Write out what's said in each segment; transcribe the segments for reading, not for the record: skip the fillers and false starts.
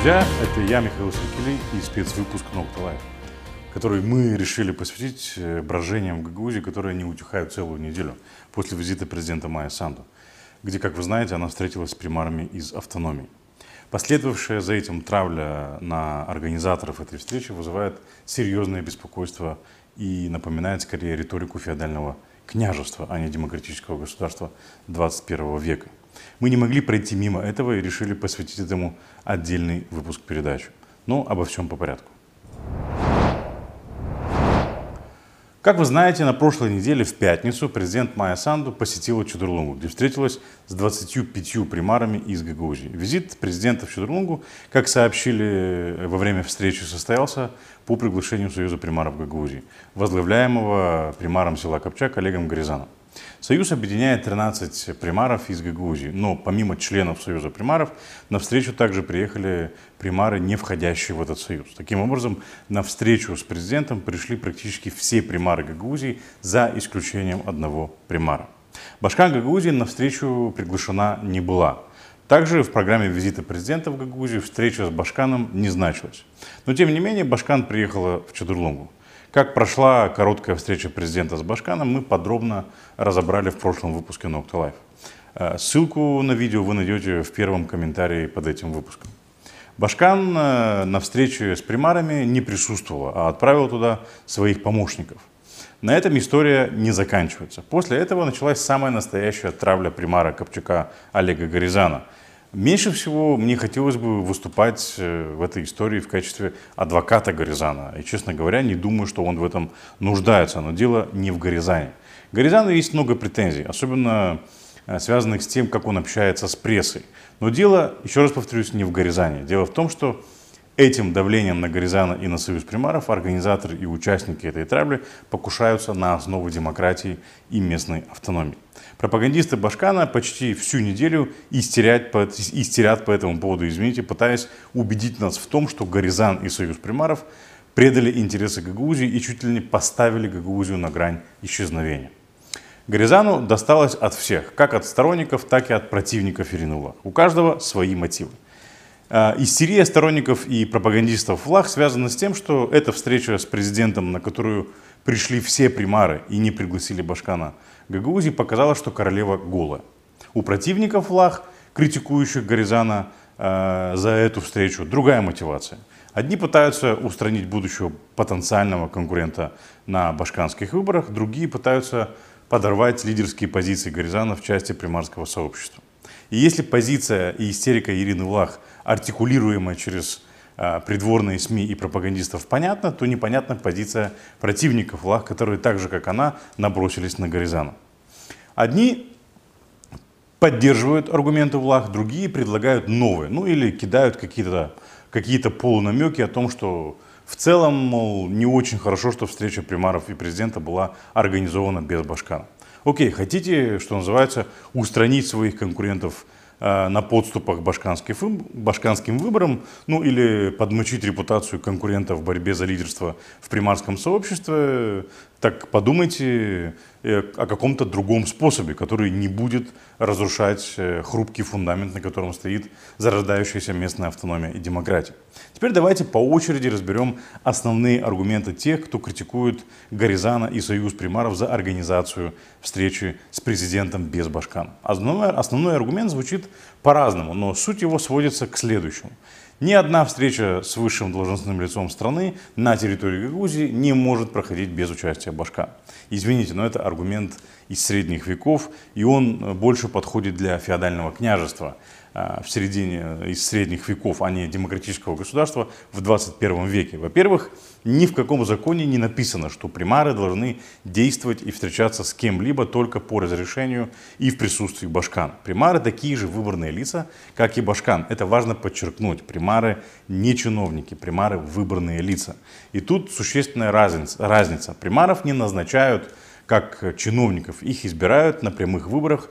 Друзья, это я, Михаил Сергеевич, и спецвыпуск Nocta Live, который мы решили посвятить брожениям в Гагаузии, которые не утихают целую неделю после визита президента Майи Санду, где, как вы знаете, она встретилась с примарами из автономии. Последовавшая за этим травля на организаторов этой встречи вызывает серьезное беспокойство и напоминает скорее риторику феодального княжества, а не демократического государства 21 века. Мы не могли пройти мимо этого и решили посвятить этому отдельный выпуск передачи. Но обо всем по порядку. Как вы знаете, на прошлой неделе в пятницу президент Майя Санду посетила Чудерлунгу, где встретилась с 25 примарами из Гагаузии. Визит президента в Чудерлунгу, как сообщили во время встречи, состоялся по приглашению Союза примаров Гагаузии, возглавляемого примаром села Капчак Олегом Горизаном. Союз объединяет 13 примаров из Гагаузии, но помимо членов Союза примаров на встречу также приехали примары, не входящие в этот союз. Таким образом, на встречу с президентом пришли практически все примары Гагаузии, за исключением одного примара. Башкан Гагаузии на встречу приглашена не была. Также в программе визита президента в Гагаузию встреча с Башканом не значилась. Но тем не менее Башкан приехала в Чудерлунгу. Как прошла короткая встреча президента с Башканом, мы подробно разобрали в прошлом выпуске Nocta Live. Ссылку на видео вы найдете в первом комментарии под этим выпуском. Башкан на встрече с примарами не присутствовала, а отправил туда своих помощников. На этом история не заканчивается. После этого началась самая настоящая травля примара Капчака Олега Горизана. Меньше всего мне хотелось бы выступать в этой истории в качестве адвоката Горизана. И, честно говоря, не думаю, что он в этом нуждается. Но дело не в Горизане. Горизану есть много претензий, особенно связанных с тем, как он общается с прессой. Но дело, еще раз повторюсь, не в Горизане. Дело в том, что этим давлением на Горизана и на Союз примаров организаторы и участники этой травли покушаются на основы демократии и местной автономии. Пропагандисты Башкана почти всю неделю истерят по этому поводу, пытаясь убедить нас в том, что Горизан и Союз примаров предали интересы Гагаузии и чуть ли не поставили Гагаузию на грань исчезновения. Горизану досталось от всех, как от сторонников, так и от противников Иринуллах. У каждого свои мотивы. Истерия сторонников и пропагандистов влах связана с тем, что эта встреча с президентом, на которую пришли все примары и не пригласили Башкана Гагаузии, показала, что королева голая. У противников влах, критикующих Горизана за эту встречу, другая мотивация. Одни пытаются устранить будущего потенциального конкурента на башканских выборах, другие пытаются подорвать лидерские позиции Горизана в части примарского сообщества. И если позиция и истерика Ирины Влах, артикулируемая через придворные СМИ и пропагандистов, понятна, то непонятна позиция противников Влах, которые так же, как она, набросились на Горизана. Одни поддерживают аргументы Влах, другие предлагают новые, ну или кидают какие-то полунамеки о том, что в целом, мол, не очень хорошо, что встреча примаров и президента была организована без Башкана. Окей, хотите, что называется, устранить своих конкурентов на подступах к башканским выборам, ну или подмочить репутацию конкурента в борьбе за лидерство в примарском сообществе, так подумайте о каком-то другом способе, который не будет разрушать хрупкий фундамент, на котором стоит зарождающаяся местная автономия и демократия. Теперь давайте по очереди разберем основные аргументы тех, кто критикует Горизана и Союз примаров за организацию встречи с президентом без Башкана. Основной аргумент звучит по-разному, но суть его сводится к следующему. Ни одна встреча с высшим должностным лицом страны на территории Гагаузии не может проходить без участия Башкана. Извините, но это аргумент из средних веков, и он больше подходит для феодального княжества из средних веков, а не демократического государства в 21 веке. Во-первых, ни в каком законе не написано, что примары должны действовать и встречаться с кем-либо только по разрешению и в присутствии Башкана. Примары такие же выборные лица, как и Башкан. Это важно подчеркнуть. Примары не чиновники, примары выборные лица. И тут существенная разница. Примаров не назначают как чиновников, их избирают на прямых выборах,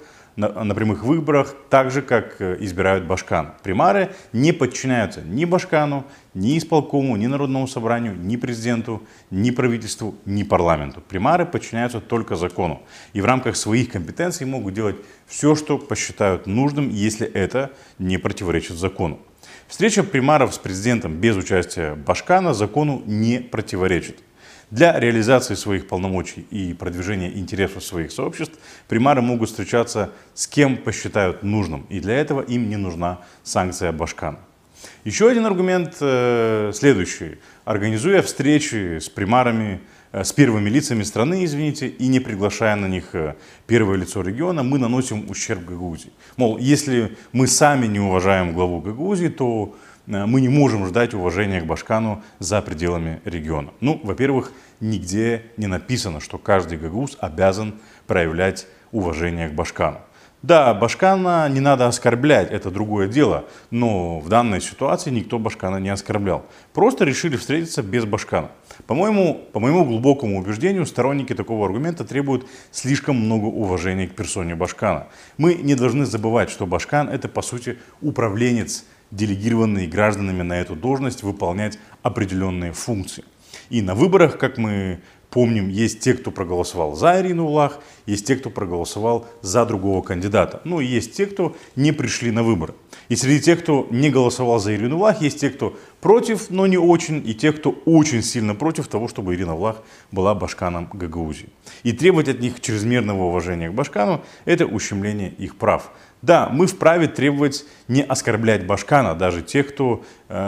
так же, как избирают Башкана. Примары не подчиняются ни Башкану, ни исполкому, ни Народному собранию, ни президенту, ни правительству, ни парламенту. Примары подчиняются только закону. И в рамках своих компетенций могут делать все, что посчитают нужным, если это не противоречит закону. Встреча примаров с президентом без участия Башкана закону не противоречит. Для реализации своих полномочий и продвижения интересов своих сообществ примары могут встречаться с кем посчитают нужным, и для этого им не нужна санкция Башкана. Еще один аргумент следующий. Организуя встречи с примарами, с первыми лицами страны, извините, и не приглашая на них первое лицо региона, мы наносим ущерб Гагаузии. Мол, если мы сами не уважаем главу Гагаузии, то мы не можем ждать уважения к Башкану за пределами региона. Ну, во-первых, нигде не написано, что каждый гагауз обязан проявлять уважение к Башкану. Да, Башкана не надо оскорблять, это другое дело, но в данной ситуации никто Башкана не оскорблял. Просто решили встретиться без Башкана. По моему глубокому убеждению, сторонники такого аргумента требуют слишком много уважения к персоне Башкана. Мы не должны забывать, что Башкан — это, по сути, управленец, делегированный гражданами на эту должность выполнять определенные функции. И на выборах, как мы помним, есть те, кто проголосовал за Ирину Влах, есть те, кто проголосовал за другого кандидата. Ну и есть те, кто не пришли на выборы. И среди тех, кто не голосовал за Ирину Влах, есть те, кто против, но не очень, и те, кто очень сильно против того, чтобы Ирина Влах была Башканом Гагаузии. И требовать от них чрезмерного уважения к Башкану – это ущемление их прав. Да, мы вправе требовать не оскорблять Башкана, даже тех, кто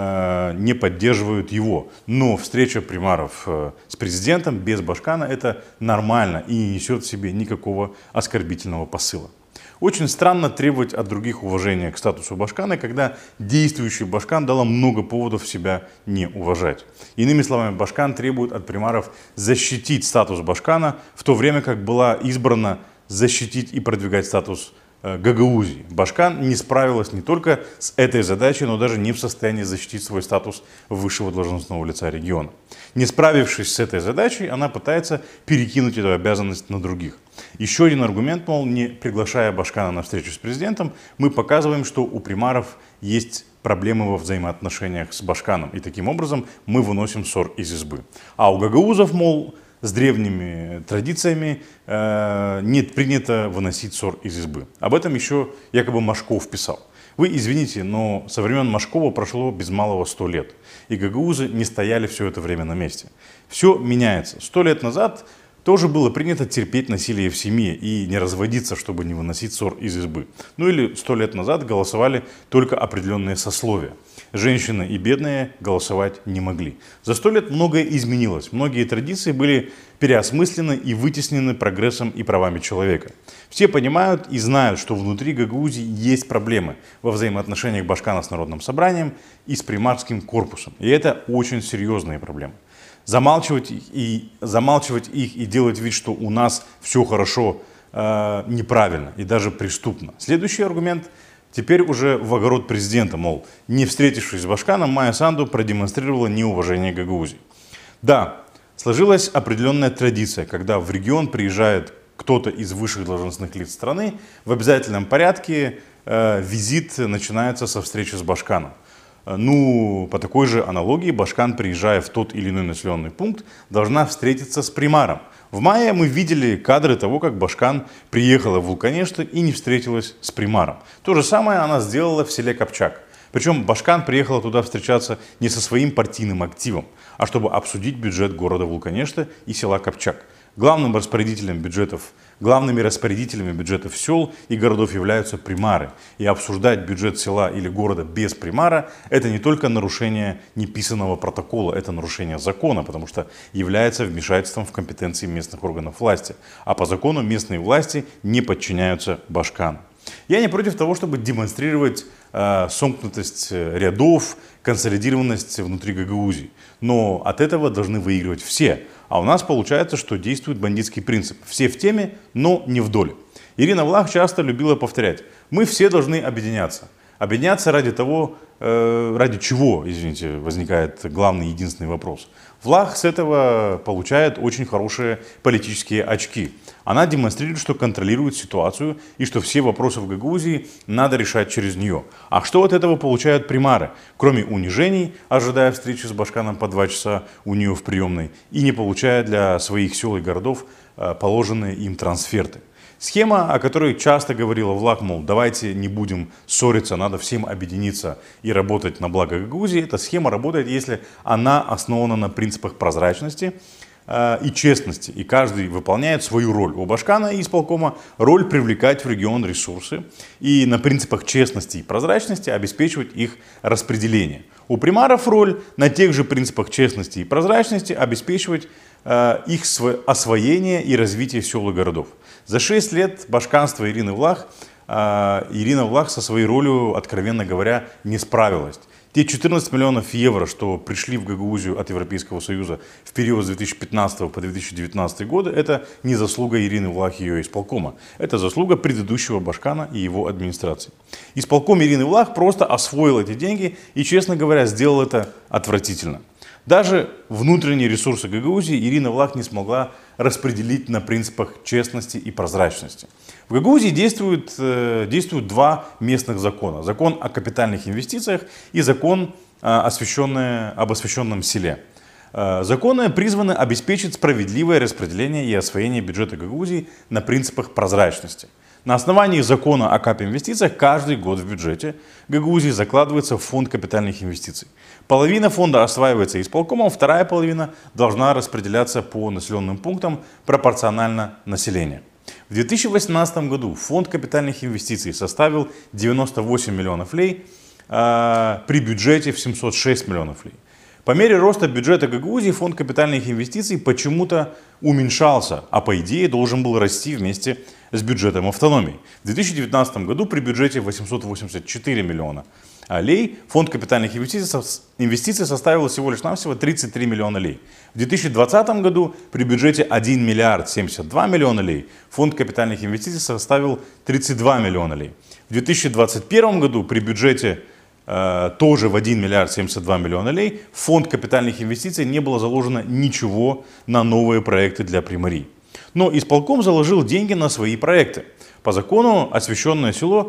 не поддерживают его. Но встреча примаров с президентом без Башкана — это нормально и не несет в себе никакого оскорбительного посыла. Очень странно требовать от других уважения к статусу Башкана, когда действующий Башкан дал много поводов себя не уважать. Иными словами, Башкан требует от примаров защитить статус Башкана, в то время как была избрана защитить и продвигать статус Гагаузии. Башкан не справилась не только с этой задачей, но даже не в состоянии защитить свой статус высшего должностного лица региона. Не справившись с этой задачей, она пытается перекинуть эту обязанность на других. Еще один аргумент, мол, не приглашая Башкана на встречу с президентом, мы показываем, что у примаров есть проблемы во взаимоотношениях с Башканом. И таким образом мы выносим ссор из избы. А у гагаузов, мол, с древними традициями не принято выносить ссор из избы. Об этом еще якобы Машков писал. Вы извините, но со времен Машкова прошло без малого 100 лет. И гагаузы не стояли все это время на месте. Все меняется. 100 лет назад тоже было принято терпеть насилие в семье и не разводиться, чтобы не выносить ссор из избы. Ну или 100 лет назад голосовали только определенные сословия. Женщины и бедные голосовать не могли. За 100 лет многое изменилось. Многие традиции были переосмыслены и вытеснены прогрессом и правами человека. Все понимают и знают, что внутри Гагаузии есть проблемы во взаимоотношениях Башкана с Народным собранием и с примарским корпусом. И это очень серьезные проблемы. Замалчивать их и делать вид, что у нас все хорошо, неправильно и даже преступно. Следующий аргумент теперь уже в огород президента, мол, не встретившись с Башканом, Майя Санду продемонстрировала неуважение к Гагаузии. Да, сложилась определенная традиция, когда в регион приезжает кто-то из высших должностных лиц страны, в обязательном порядке визит начинается со встречи с Башканом. Ну, по такой же аналогии, Башкан, приезжая в тот или иной населенный пункт, должна встретиться с примаром. В мае мы видели кадры того, как Башкан приехала в Вулканешты и не встретилась с примаром. То же самое она сделала в селе Копчак. Причем Башкан приехала туда встречаться не со своим партийным активом, а чтобы обсудить бюджет города Вулканешты и села Копчак. Главными распорядителями бюджетов сел и городов являются примары. И обсуждать бюджет села или города без примара – это не только нарушение неписанного протокола, это нарушение закона, потому что является вмешательством в компетенции местных органов власти. А по закону местные власти не подчиняются Башкану. Я не против того, чтобы демонстрировать сомкнутость рядов, консолидированность внутри Гагаузии. Но от этого должны выигрывать все. А у нас получается, что действует бандитский принцип. Все в теме, но не в доле. Ирина Влах часто любила повторять: мы все должны объединяться. Объединяться ради того, ради чего, извините, возникает главный единственный вопрос. Влах с этого получает очень хорошие политические очки. Она демонстрирует, что контролирует ситуацию и что все вопросы в Гагаузии надо решать через нее. А что от этого получают примары? Кроме унижений, ожидая встречи с Башканом по 2 часа у нее в приемной, и не получая для своих сел и городов положенные им трансферты. Схема, о которой часто говорила Влах, мол, давайте не будем ссориться, надо всем объединиться и работать на благо Гагаузии. Эта схема работает, если она основана на принципах прозрачности и честности, и каждый выполняет свою роль. У Башкана и исполкома роль привлекать в регион ресурсы и на принципах честности и прозрачности обеспечивать их распределение. У примаров роль на тех же принципах честности и прозрачности обеспечивать их освоение и развитие сел и городов. За 6 лет башканства Ирины Влах, Ирина Влах со своей ролью, откровенно говоря, не справилась. Те 14 миллионов евро, что пришли в Гагаузию от Европейского Союза в период с 2015 по 2019 годы, это не заслуга Ирины Влах и ее исполкома. Это заслуга предыдущего Башкана и его администрации. Исполком Ирины Влах просто освоил эти деньги и, честно говоря, сделал это отвратительно. Даже внутренние ресурсы Гагаузии Ирина Влах не смогла распределить на принципах честности и прозрачности. В Гагаузии действуют два местных закона. Закон о капитальных инвестициях и закон об освященном селе. Законы призваны обеспечить справедливое распределение и освоение бюджета Гагаузии на принципах прозрачности. На основании закона о капинвестициях каждый год в бюджете Гагаузии закладывается в фонд капитальных инвестиций. Половина фонда осваивается исполкомом, вторая половина должна распределяться по населенным пунктам пропорционально населению. В 2018 году фонд капитальных инвестиций составил 98 миллионов лей при бюджете в 706 миллионов лей. По мере роста бюджета Гагаузии фонд капитальных инвестиций почему-то уменьшался, а по идее должен был расти вместе с бюджетом автономии. В 2019 году при бюджете 884 миллиона лей фонд капитальных инвестиций составил всего лишь навсего 33 миллиона лей. В 2020 году при бюджете 1 миллиард 72 миллиона лей фонд капитальных инвестиций составил 32 миллиона лей. В 2021 году при бюджете тоже в 1 миллиард 72 миллиона лей в фонд капитальных инвестиций не было заложено ничего на новые проекты для примарий. Но исполком заложил деньги на свои проекты. По закону освященное село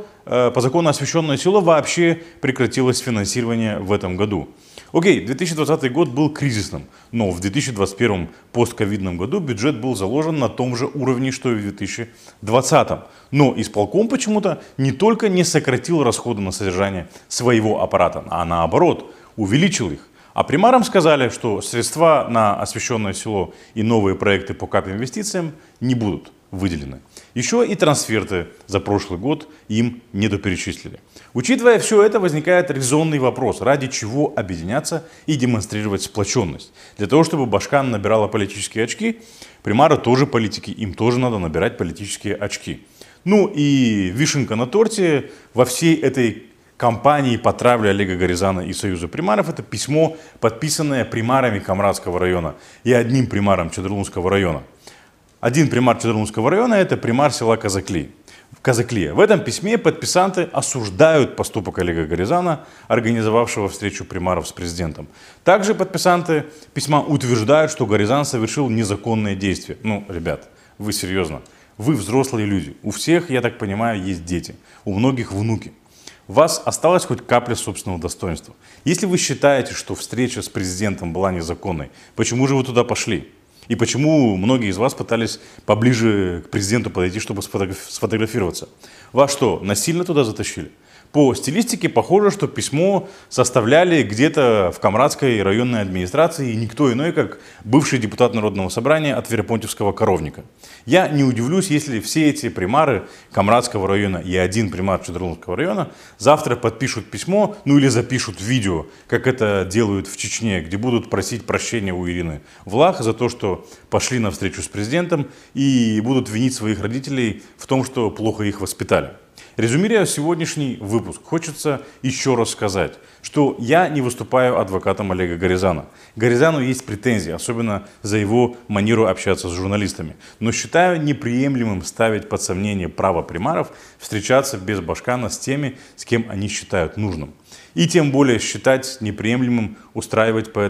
вообще прекратилось финансирование в этом году. Окей, 2020 год был кризисным, но в 2021 постковидном году бюджет был заложен на том же уровне, что и в 2020. Но исполком почему-то не только не сократил расходы на содержание своего аппарата, а наоборот увеличил их. А примарам сказали, что средства на освященное село и новые проекты по капинвестициям не будут выделены. Еще и трансферты за прошлый год им недоперечислили. Учитывая все это, возникает резонный вопрос, ради чего объединяться и демонстрировать сплоченность. Для того, чтобы Башкан набирала политические очки, примары тоже политики, им тоже надо набирать политические очки. Ну и вишенка на торте во всей этой кампании по травле Олега Горизана и Союза примаров — это письмо, подписанное примарами Камрадского района и одним примаром Чедрлунского района. Один примар Чедрлунского района — это примар села Казаклия. В этом письме подписанты осуждают поступок Олега Горизана, организовавшего встречу примаров с президентом. Также подписанты письма утверждают, что Горизан совершил незаконные действия. Ну, ребят, вы серьезно? Вы взрослые люди. У всех, я так понимаю, есть дети. У многих внуки. У вас осталась хоть капля собственного достоинства. Если вы считаете, что встреча с президентом была незаконной, почему же вы туда пошли? И почему многие из вас пытались поближе к президенту подойти, чтобы сфотографироваться? Вас что, насильно туда затащили? По стилистике похоже, что письмо составляли где-то в Камрадской районной администрации и никто иной, как бывший депутат Народного собрания от Веропонтовского коровника. Я не удивлюсь, если все эти примары Камрадского района и один примар Чедрлунского района завтра подпишут письмо, ну или запишут видео, как это делают в Чечне, где будут просить прощения у Ирины Влах за то, что пошли на встречу с президентом, и будут винить своих родителей в том, что плохо их воспитали. Резюмируя сегодняшний выпуск, хочется еще раз сказать, что я не выступаю адвокатом Олега Горизана. Горизану есть претензии, особенно за его манеру общаться с журналистами. Но считаю неприемлемым ставить под сомнение право примаров встречаться без Башкана с теми, с кем они считают нужным. И тем более считаю неприемлемым устраивать по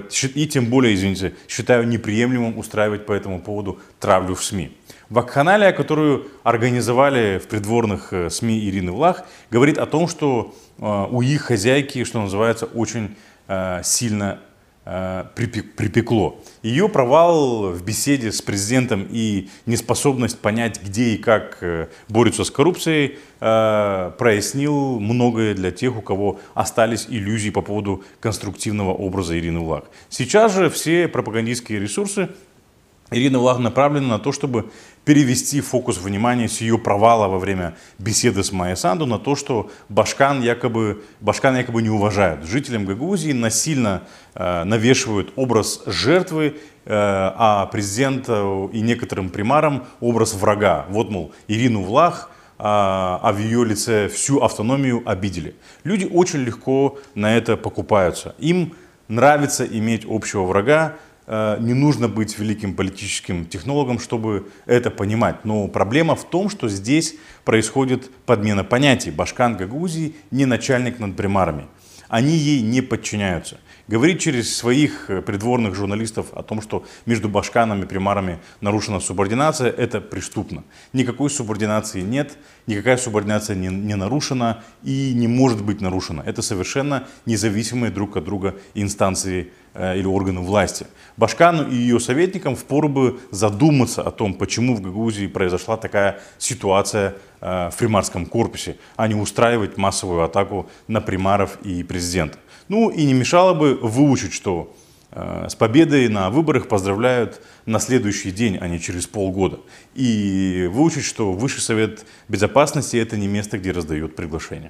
этому поводу травлю в СМИ. Вакханалия, которую организовали в придворных СМИ Ирины Влах, говорит о том, что у их хозяйки, что называется, очень сильно припекло. Ее провал в беседе с президентом и неспособность понять, где и как борются с коррупцией, прояснил многое для тех, у кого остались иллюзии по поводу конструктивного образа Ирины Влах. Сейчас же все пропагандистские ресурсы Ирины Влах направлены на то, чтобы перевести фокус внимания с ее провала во время беседы с Майей Санду на то, что Башкан якобы не уважают. Жителям Гагаузии насильно навешивают образ жертвы, а президенту и некоторым примарам образ врага. Вот, мол, Ирину Влах, а в ее лице всю автономию обидели. Люди очень легко на это покупаются. Им нравится иметь общего врага. Не нужно быть великим политическим технологом, чтобы это понимать. Но проблема в том, что здесь происходит подмена понятий. Башкан Гагаузии не начальник над примарами. Они ей не подчиняются. Говорить через своих придворных журналистов о том, что между Башканом и примарами нарушена субординация, это преступно. Никакой субординации нет, никакая субординация не нарушена и не может быть нарушена. Это совершенно независимые друг от друга инстанции или органы власти. Башкану и ее советникам впору бы задуматься о том, почему в Гагаузии произошла такая ситуация в примарском корпусе, а не устраивать массовую атаку на примаров и президента. Ну и не мешало бы выучить, что с победой на выборах поздравляют на следующий день, а не через полгода. И выучить, что Высший совет безопасности — это не место, где раздают приглашения.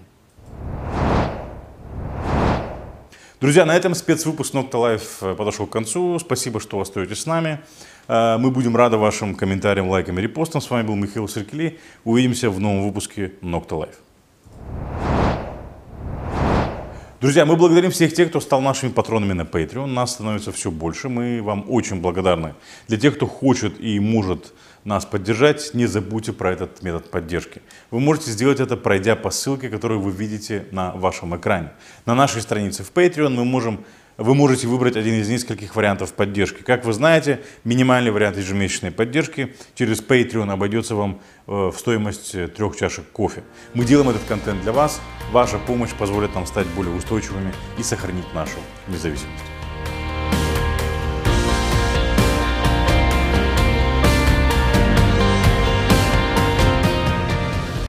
Друзья, на этом спецвыпуск Nocta Life подошел к концу. Спасибо, что остаетесь с нами. Мы будем рады вашим комментариям, лайкам и репостам. С вами был Михаил Серкели. Увидимся в новом выпуске Nocta Life. Друзья, мы благодарим всех тех, кто стал нашими патронами на Patreon. Нас становится все больше. Мы вам очень благодарны. Для тех, кто хочет и может нас поддержать, не забудьте про этот метод поддержки. Вы можете сделать это, пройдя по ссылке, которую вы видите на вашем экране. На нашей странице в Patreon вы можете выбрать один из нескольких вариантов поддержки. Как вы знаете, минимальный вариант ежемесячной поддержки через Patreon обойдется вам в стоимость 3 чашек кофе. Мы делаем этот контент для вас. Ваша помощь позволит нам стать более устойчивыми и сохранить нашу независимость.